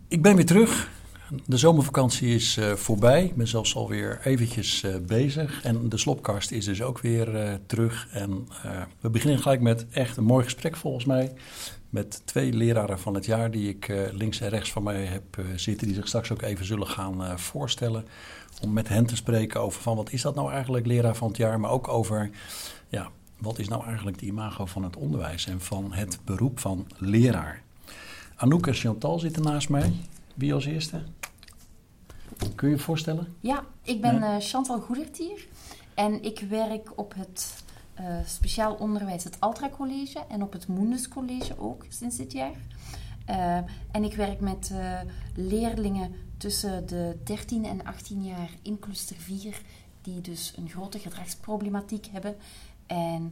Ik ben weer terug. De zomervakantie is voorbij. Ik ben zelfs alweer eventjes bezig. En de Slopkast is dus ook weer terug. En we beginnen gelijk met echt een mooi gesprek volgens mij. Met 2 leraren van het jaar die ik links en rechts van mij heb zitten. Die zich straks ook even zullen gaan voorstellen. Om met hen te spreken over van wat is dat nou eigenlijk leraar van het jaar. Maar ook over wat is nou eigenlijk de imago van het onderwijs. En van het beroep van leraar. Anouk en Chantal zitten naast mij. Wie als eerste? Kun je je voorstellen? Ja, ik ben Chantal Goedertier en ik werk op het speciaal onderwijs, het Altra College en op het Mundus College ook sinds dit jaar. En ik werk met leerlingen tussen de 13 en 18 jaar in cluster 4, die dus een grote gedragsproblematiek hebben en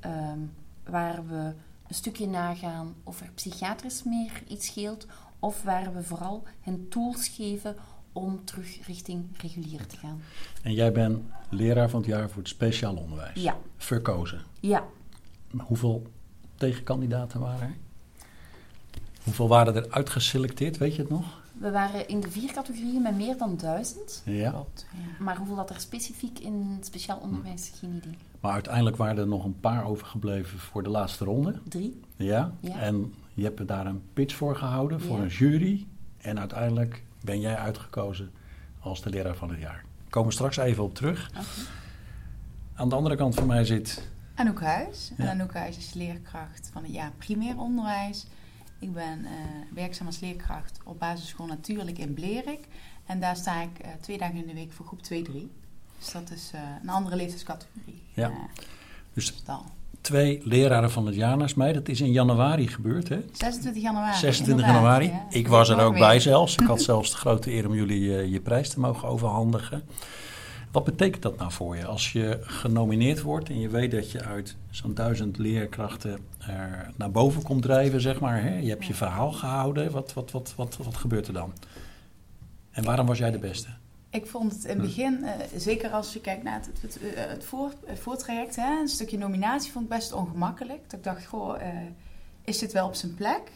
waar we een stukje nagaan of er psychiatrisch meer iets scheelt of waar we vooral hen tools geven om terug richting regulier te gaan. En jij bent leraar van het jaar voor het speciaal onderwijs. Ja. Verkozen. Ja. Hoeveel tegenkandidaten waren er? Hoeveel waren er uitgeselecteerd, weet je het nog? We waren in de 4 categorieën met meer dan 1000. Ja. Klopt, ja. Maar hoeveel dat er specifiek in speciaal onderwijs, geen idee. Maar uiteindelijk waren er nog een paar overgebleven voor de laatste ronde. 3. Ja. En je hebt er daar een pitch voor gehouden, voor een jury. En uiteindelijk ben jij uitgekozen als de leraar van het jaar. Daar komen we straks even op terug. Okay. Aan de andere kant van mij zit Anouk Huis. En Anouk Huis is leerkracht van het jaar primair onderwijs. Ik ben werkzaam als leerkracht op basisschool Natuurlijk in Blerik. En daar sta ik 2 dagen in de week voor groep 2-3. Dus dat is een andere leeftijdscategorie. Ja. Dus 2 leraren van het jaar naast mij. Dat is in januari gebeurd, hè? 26 januari. 26 januari. Ja. Ik was er ook bij zelfs. Ik had zelfs de grote eer om jullie je prijs te mogen overhandigen. Wat betekent dat nou voor je? Als je genomineerd wordt en je weet dat je uit zo'n 1000 leerkrachten naar boven komt drijven, zeg maar. Hè? Je hebt je verhaal gehouden. Wat gebeurt er dan? En waarom was jij de beste? Ik vond het in het begin, zeker als je kijkt naar het voortraject, een stukje nominatie, vond ik best ongemakkelijk. Dat ik dacht, is dit wel op zijn plek?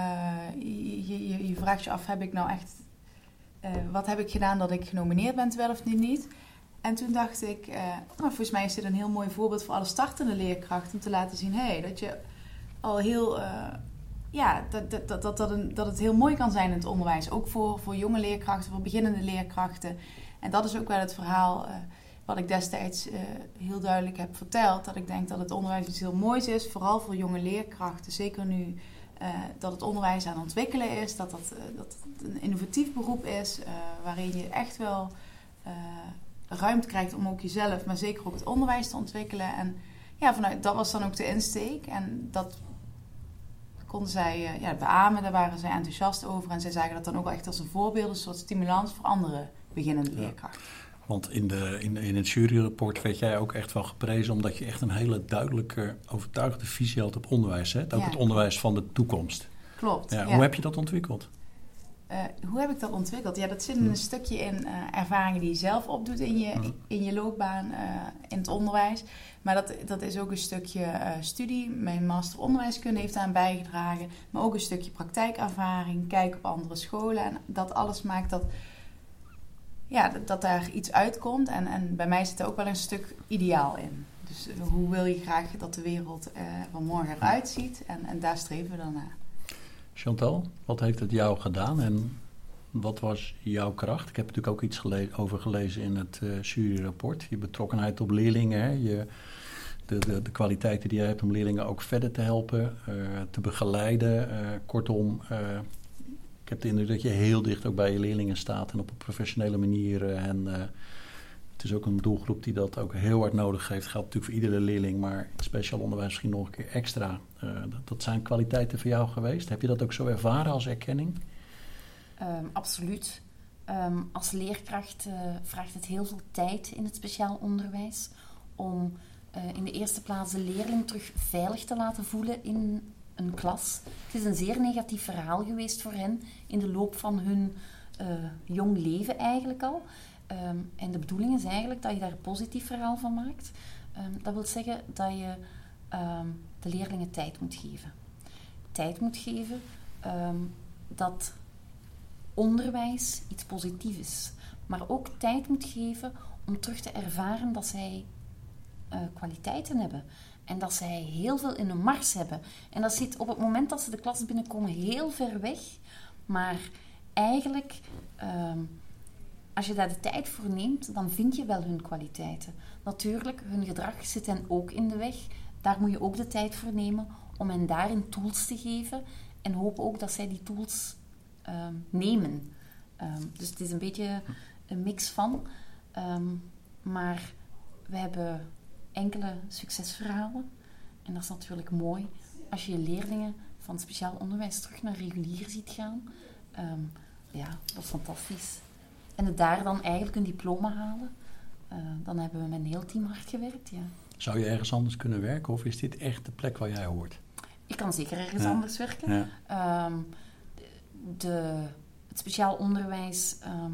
Je vraagt je af, heb ik nou echt, wat heb ik gedaan dat ik genomineerd ben, wel of niet? En toen dacht ik, volgens mij is dit een heel mooi voorbeeld voor alle startende leerkrachten, om te laten zien, dat je al heel... dat het heel mooi kan zijn in het onderwijs. Ook voor jonge leerkrachten, voor beginnende leerkrachten. En dat is ook wel het verhaal wat ik destijds heel duidelijk heb verteld. Dat ik denk dat het onderwijs iets heel moois is, vooral voor jonge leerkrachten. Zeker nu dat het onderwijs aan het ontwikkelen is, dat het een innovatief beroep is, waarin je echt wel ruimte krijgt om ook jezelf, maar zeker ook het onderwijs te ontwikkelen. En vanuit dat was dan ook de insteek. En dat konden zij beamen, daar waren zij enthousiast over. En zij zagen dat dan ook wel echt als een voorbeeld, een soort stimulans voor andere beginnende leerkrachten. Want in het juryrapport werd jij ook echt wel geprezen, omdat je echt een hele duidelijke, overtuigende visie had op onderwijs. Hè? Ook het onderwijs van de toekomst. Klopt. Ja, hoe heb je dat ontwikkeld? Hoe heb ik dat ontwikkeld? Ja, dat zit in een stukje in ervaringen die je zelf opdoet in je loopbaan in het onderwijs. Maar dat is ook een stukje studie. Mijn master onderwijskunde heeft daaraan bijgedragen. Maar ook een stukje praktijkervaring, kijken op andere scholen. En dat alles maakt dat daar iets uitkomt. En bij mij zit er ook wel een stuk ideaal in. Dus hoe wil je graag dat de wereld van morgen eruit ziet? En daar streven we dan naar. Chantal, wat heeft het jou gedaan en wat was jouw kracht? Ik heb natuurlijk ook iets over gelezen in het juryrapport. Je betrokkenheid op leerlingen, hè? De kwaliteiten die je hebt om leerlingen ook verder te helpen, te begeleiden. Kortom, ik heb de indruk dat je heel dicht ook bij je leerlingen staat en op een professionele manier. Het is ook een doelgroep die dat ook heel hard nodig heeft. Dat geldt natuurlijk voor iedere leerling, maar het speciaal onderwijs misschien nog een keer extra. Dat zijn kwaliteiten voor jou geweest. Heb je dat ook zo ervaren als erkenning? Absoluut. Als leerkracht vraagt het heel veel tijd in het speciaal onderwijs om in de eerste plaats de leerling terug veilig te laten voelen in een klas. Het is een zeer negatief verhaal geweest voor hen in de loop van hun jong leven eigenlijk al. En de bedoeling is eigenlijk dat je daar een positief verhaal van maakt. Dat wil zeggen dat je de leerlingen tijd moet geven. Tijd moet geven dat onderwijs iets positiefs is. Maar ook tijd moet geven om terug te ervaren dat zij kwaliteiten hebben. En dat zij heel veel in hun mars hebben. En dat zit op het moment dat ze de klas binnenkomen heel ver weg. Maar eigenlijk, als je daar de tijd voor neemt, dan vind je wel hun kwaliteiten. Natuurlijk, hun gedrag zit hen ook in de weg. Daar moet je ook de tijd voor nemen om hen daarin tools te geven. En hopen ook dat zij die tools nemen. Dus het is een beetje een mix van. Maar we hebben enkele succesverhalen. En dat is natuurlijk mooi als je leerlingen van speciaal onderwijs terug naar regulier ziet gaan. Dat is fantastisch. En het daar dan eigenlijk een diploma halen. Dan hebben we met een heel team hard gewerkt, ja. Zou je ergens anders kunnen werken of is dit echt de plek waar jij hoort? Ik kan zeker ergens anders werken. Ja. Het speciaal onderwijs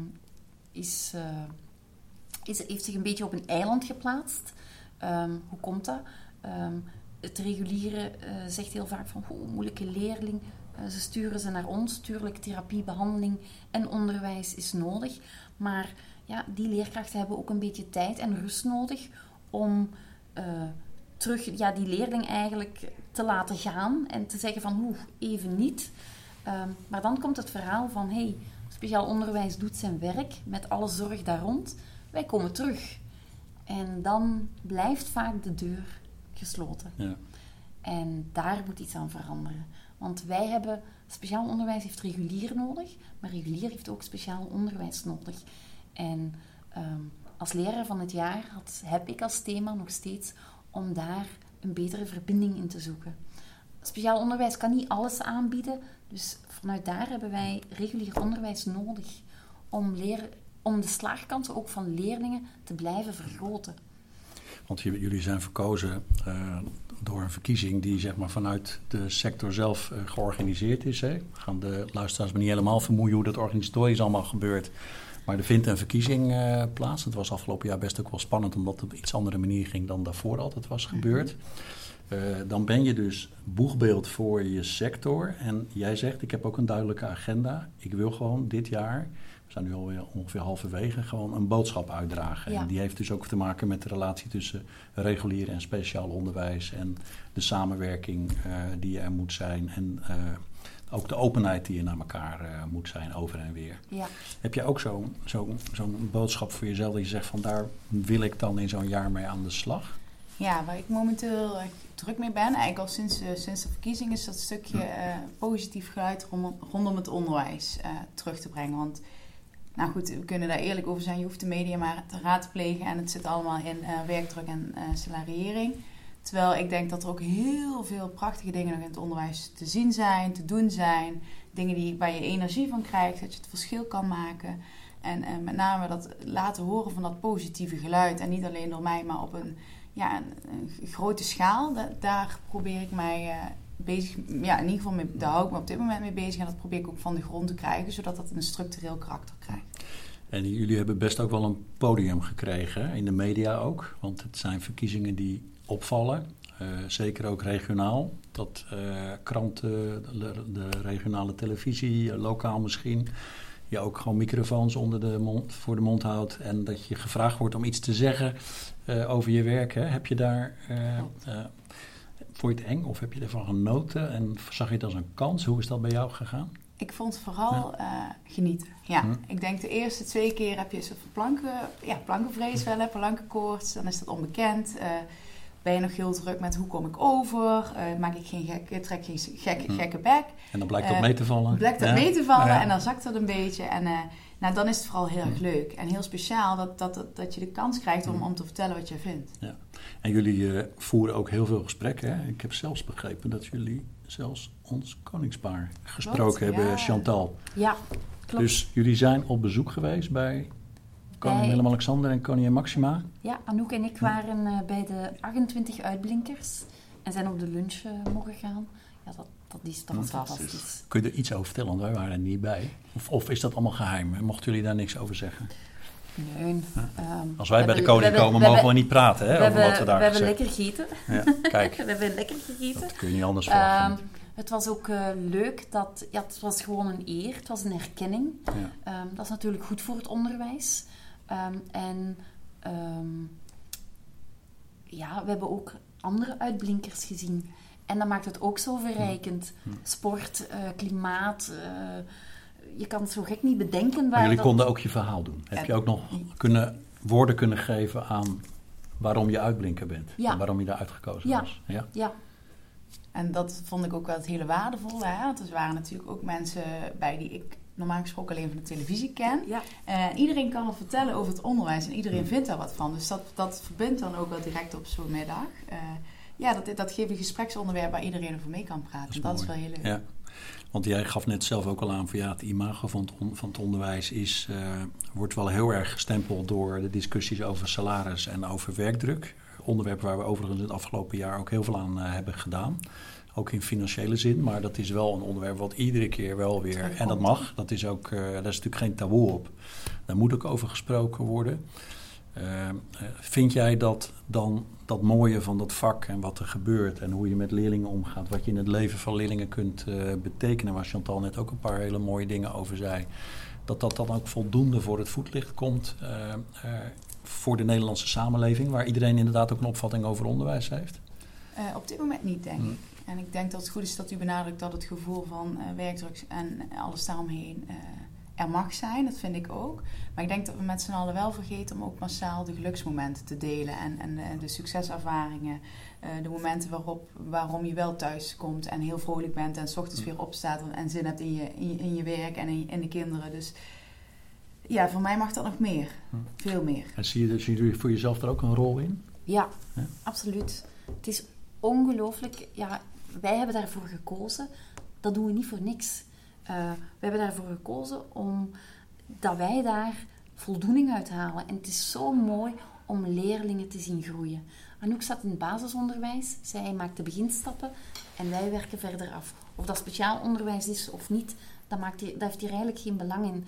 heeft zich een beetje op een eiland geplaatst. Hoe komt dat? Het reguliere zegt heel vaak van moeilijke leerling. Ze sturen ze naar ons. Tuurlijk, therapie, behandeling en onderwijs is nodig. Maar ja, die leerkrachten hebben ook een beetje tijd en rust nodig om terug die leerling eigenlijk te laten gaan en te zeggen van even niet. Maar dan komt het verhaal van speciaal onderwijs doet zijn werk met alle zorg daar rond. Wij komen terug. En dan blijft vaak de deur gesloten. Ja. En daar moet iets aan veranderen. Want speciaal onderwijs heeft regulier nodig, maar regulier heeft ook speciaal onderwijs nodig. En als leraar van het jaar heb ik als thema nog steeds om daar een betere verbinding in te zoeken. Speciaal onderwijs kan niet alles aanbieden, dus vanuit daar hebben wij regulier onderwijs nodig om de slaagkansen ook van leerlingen te blijven vergroten. Want jullie zijn verkozen door een verkiezing die zeg maar vanuit de sector zelf georganiseerd is. Hè? We gaan de luisteraars maar niet helemaal vermoeien hoe dat organisatorisch allemaal gebeurt. Maar er vindt een verkiezing plaats. Het was afgelopen jaar best ook wel spannend omdat het op een iets andere manier ging dan daarvoor altijd was gebeurd. Dan ben je dus boegbeeld voor je sector. En jij zegt, ik heb ook een duidelijke agenda. Ik wil gewoon dit jaar, we zijn nu alweer ongeveer halverwege, gewoon een boodschap uitdragen. Ja. En die heeft dus ook te maken met de relatie tussen regulier en speciaal onderwijs. En de samenwerking die er moet zijn. En ook de openheid die er naar elkaar moet zijn, over en weer. Ja. Heb je ook zo'n boodschap voor jezelf dat je zegt van daar wil ik dan in zo'n jaar mee aan de slag? Ja, waar ik momenteel druk mee ben, eigenlijk al sinds de verkiezing, is dat stukje positief geluid rondom het onderwijs terug te brengen. Want, nou goed, we kunnen daar eerlijk over zijn. Je hoeft de media maar te raadplegen en het zit allemaal in werkdruk en salariëring. Terwijl ik denk dat er ook heel veel prachtige dingen nog in het onderwijs te zien zijn, te doen zijn. Dingen waar je energie van krijgt, dat je het verschil kan maken. En met name dat laten horen van dat positieve geluid. En niet alleen door mij, maar op een grote schaal. Daar probeer ik mij bezig... Ja, in ieder geval, daar hou ik me op dit moment mee bezig. En dat probeer ik ook van de grond te krijgen, zodat dat een structureel karakter krijgt. En jullie hebben best ook wel een podium gekregen, in de media ook. Want het zijn verkiezingen die opvallen. Zeker ook regionaal. Dat kranten, de regionale televisie, lokaal misschien, je ook gewoon microfoons voor de mond houdt. En dat je gevraagd wordt om iets te zeggen over je werk. Hè? Heb je daar... vond je het eng of heb je ervan genoten? En zag je het als een kans? Hoe is dat bij jou gegaan? Ik vond het vooral genieten. Ja, ik denk de eerste 2 keer heb je zo'n plankenvrees wel, plankenkoorts. Dan is dat onbekend. Ben je nog heel druk met hoe kom ik over? Trek geen gekke bek. En dan blijkt dat mee te vallen. Mee te vallen en dan zakt dat een beetje. En dan is het vooral heel erg leuk. En heel speciaal dat je de kans krijgt om te vertellen wat je vindt. Ja. En jullie voeren ook heel veel gesprekken. Hè? Ik heb zelfs begrepen dat jullie zelfs ons koningspaar gesproken hebben, Chantal. Ja, klopt. Dus jullie zijn op bezoek geweest bij koning Willem-Alexander en koningin Maxima? Ja, Anouk en ik waren bij de 28 uitblinkers en zijn op de lunch mogen gaan. Ja, dat is toch fantastisch. Kun je er iets over vertellen? Want wij waren er niet bij. Of is dat allemaal geheim? Mochten jullie daar niks over zeggen? Nee. Als wij bij de koning komen, mogen we niet praten over wat we daar We hebben lekker gegeten. Ja, kijk. We hebben lekker gegeten. Dat kun je niet anders verwachten. Het was ook leuk dat... Ja, het was gewoon een eer. Het was een erkenning. Ja. Dat is natuurlijk goed voor het onderwijs. We hebben ook andere uitblinkers gezien. En dat maakt het ook zo verrijkend. Sport, klimaat... je kan het zo gek niet bedenken. Maar jullie konden ook je verhaal doen. Heb je ook nog woorden kunnen geven aan waarom je uitblinker bent? Ja. En waarom je daar uitgekozen was? Ja. En dat vond ik ook wel het hele waardevolle. Hè? Want er waren natuurlijk ook mensen bij die ik normaal gesproken alleen van de televisie ken. Ja. Iedereen kan het vertellen over het onderwijs en iedereen vindt daar wat van. Dus dat verbindt dan ook wel direct op zo'n middag. Dat geeft een gespreksonderwerp waar iedereen over mee kan praten. Dat is wel heel leuk. Ja. Want jij gaf net zelf ook al aan van het imago van het onderwijs wordt wel heel erg gestempeld door de discussies over salaris en over werkdruk. Onderwerpen waar we overigens het afgelopen jaar ook heel veel aan hebben gedaan. Ook in financiële zin, maar dat is wel een onderwerp wat iedere keer wel weer... En dat mag, daar is natuurlijk geen taboe op. Daar moet ook over gesproken worden. Vind jij dat dan dat mooie van dat vak en wat er gebeurt en hoe je met leerlingen omgaat, wat je in het leven van leerlingen kunt betekenen, waar Chantal net ook een paar hele mooie dingen over zei, dat dan ook voldoende voor het voetlicht komt voor de Nederlandse samenleving, waar iedereen inderdaad ook een opvatting over onderwijs heeft? Op dit moment niet, denk ik. En ik denk dat het goed is dat u benadrukt dat het gevoel van werkdruk en alles daaromheen er mag zijn. Dat vind ik ook. Maar ik denk dat we met z'n allen wel vergeten om ook massaal de geluksmomenten te delen. En de succeservaringen. De momenten waarom je wel thuis komt en heel vrolijk bent en 's ochtends weer opstaat en zin hebt in je werk en in de kinderen. Dus ja, voor mij mag dat nog meer. Veel meer. En zie je voor jezelf er ook een rol in? Ja, absoluut. Het is ongelooflijk. Ja, wij hebben daarvoor gekozen. Dat doen we niet voor niks. We hebben daarvoor gekozen omdat wij daar voldoening uit halen. En het is zo mooi om leerlingen te zien groeien. Anouk zat in het basisonderwijs. Zij maakt de beginstappen en wij werken verder af. Of dat speciaal onderwijs is of niet, dat heeft hier eigenlijk geen belang in.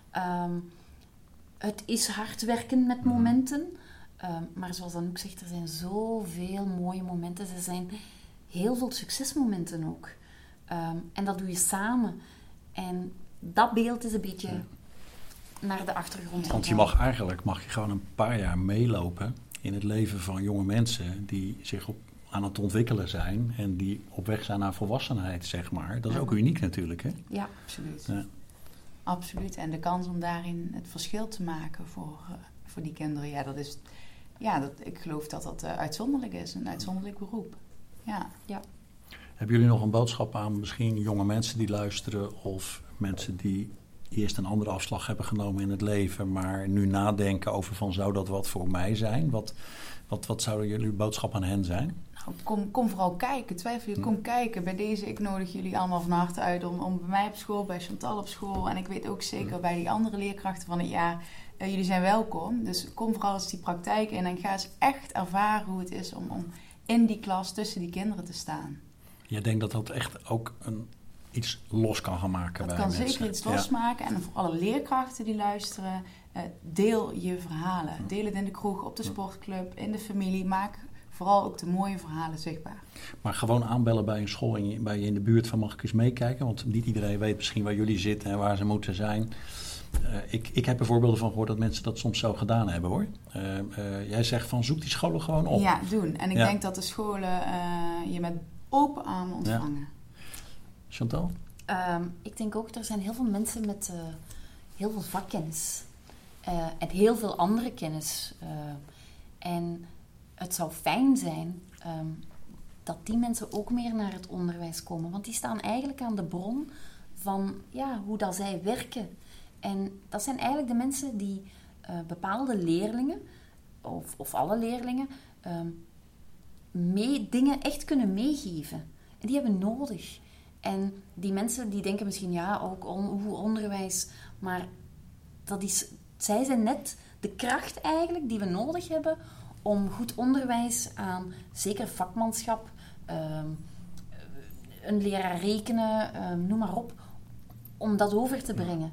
Het is hard werken met momenten. Maar zoals Anouk zegt, er zijn zoveel mooie momenten. Er zijn heel veel succesmomenten ook. En dat doe je samen. En dat beeld is een beetje naar de achtergrond. Want je mag je gewoon een paar jaar meelopen in het leven van jonge mensen die zich aan het ontwikkelen zijn en die op weg zijn naar volwassenheid, zeg maar. Dat is ook uniek natuurlijk, hè? Ja, absoluut. Ja. Absoluut. En de kans om daarin het verschil te maken voor die kinderen, ik geloof dat dat uitzonderlijk is. Een uitzonderlijk beroep. Ja. Hebben jullie nog een boodschap aan misschien jonge mensen die luisteren of mensen die eerst een andere afslag hebben genomen in het leven, maar nu nadenken over van zou dat wat voor mij zijn? Wat zou jullie boodschap aan hen zijn? Nou, kom vooral kijken. Twijfel je, kom kijken. Bij deze, ik nodig jullie allemaal van harte uit om bij mij op school, bij Chantal op school en ik weet ook zeker bij die andere leerkrachten van het jaar, jullie zijn welkom. Dus kom vooral eens die praktijk in en ga eens echt ervaren hoe het is om in die klas tussen die kinderen te staan. Je denkt dat dat echt ook iets los kan gaan maken bij mensen? Dat kan zeker iets losmaken. En voor alle leerkrachten die luisteren, deel je verhalen. Deel het in de kroeg, op de sportclub, in de familie. Maak vooral ook de mooie verhalen zichtbaar. Maar gewoon aanbellen bij een school bij je in de buurt van mag ik eens meekijken? Want niet iedereen weet misschien waar jullie zitten en waar ze moeten zijn. Ik heb er voorbeelden van gehoord dat mensen dat soms zo gedaan hebben, hoor. Jij zegt van zoek die scholen gewoon op. Ja, doen. En ik denk dat de scholen je met open armen ontvangen. Ja. Chantal? Ik denk ook, er zijn heel veel mensen met heel veel vakkennis. En heel veel andere kennis. En het zou fijn zijn dat die mensen ook meer naar het onderwijs komen. Want die staan eigenlijk aan de bron van hoe dat zij werken. En dat zijn eigenlijk de mensen die bepaalde leerlingen, of alle leerlingen, dingen echt kunnen meegeven. En die hebben nodig. En die mensen die denken misschien, ook hoe onderwijs, maar zij zijn net de kracht eigenlijk die we nodig hebben om goed onderwijs aan, zeker vakmanschap, een leraar rekenen, noem maar op, om dat over te brengen.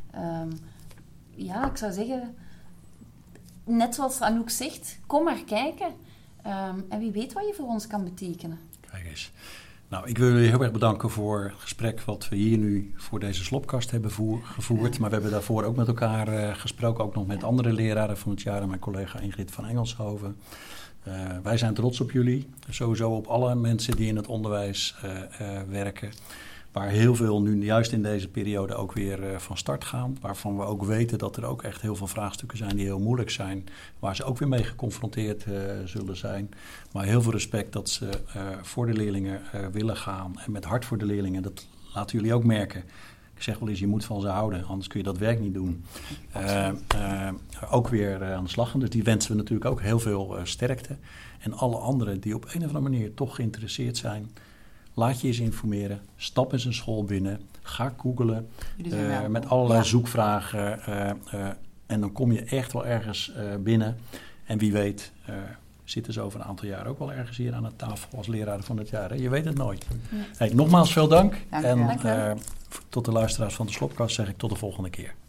Ik zou zeggen, net zoals Anouk zegt, kom maar kijken. En wie weet wat je voor ons kan betekenen. Kijk eens. Nou, ik wil jullie heel erg bedanken voor het gesprek wat we hier nu voor deze slopkast hebben gevoerd. Maar we hebben daarvoor ook met elkaar gesproken, ook nog met andere leraren van het jaar en mijn collega Ingrid van Engelshoven. Wij zijn trots op jullie, sowieso op alle mensen die in het onderwijs werken. Waar heel veel nu juist in deze periode ook weer van start gaan. Waarvan we ook weten dat er ook echt heel veel vraagstukken zijn die heel moeilijk zijn. Waar ze ook weer mee geconfronteerd zullen zijn. Maar heel veel respect dat ze voor de leerlingen willen gaan. En met hart voor de leerlingen, dat laten jullie ook merken. Ik zeg wel eens, je moet van ze houden, anders kun je dat werk niet doen. Ook weer aan de slag gaan. Dus die wensen we natuurlijk ook heel veel sterkte. En alle anderen die op een of andere manier toch geïnteresseerd zijn, laat je eens informeren. Stap eens een school binnen. Ga googlen met allerlei zoekvragen. En dan kom je echt wel ergens binnen. En wie weet zitten ze over een aantal jaar ook wel ergens hier aan de tafel als leraren van het jaar. Hè? Je weet het nooit. Ja. Hey, nogmaals veel dank. Dank en tot de luisteraars van de Slopkast zeg ik tot de volgende keer.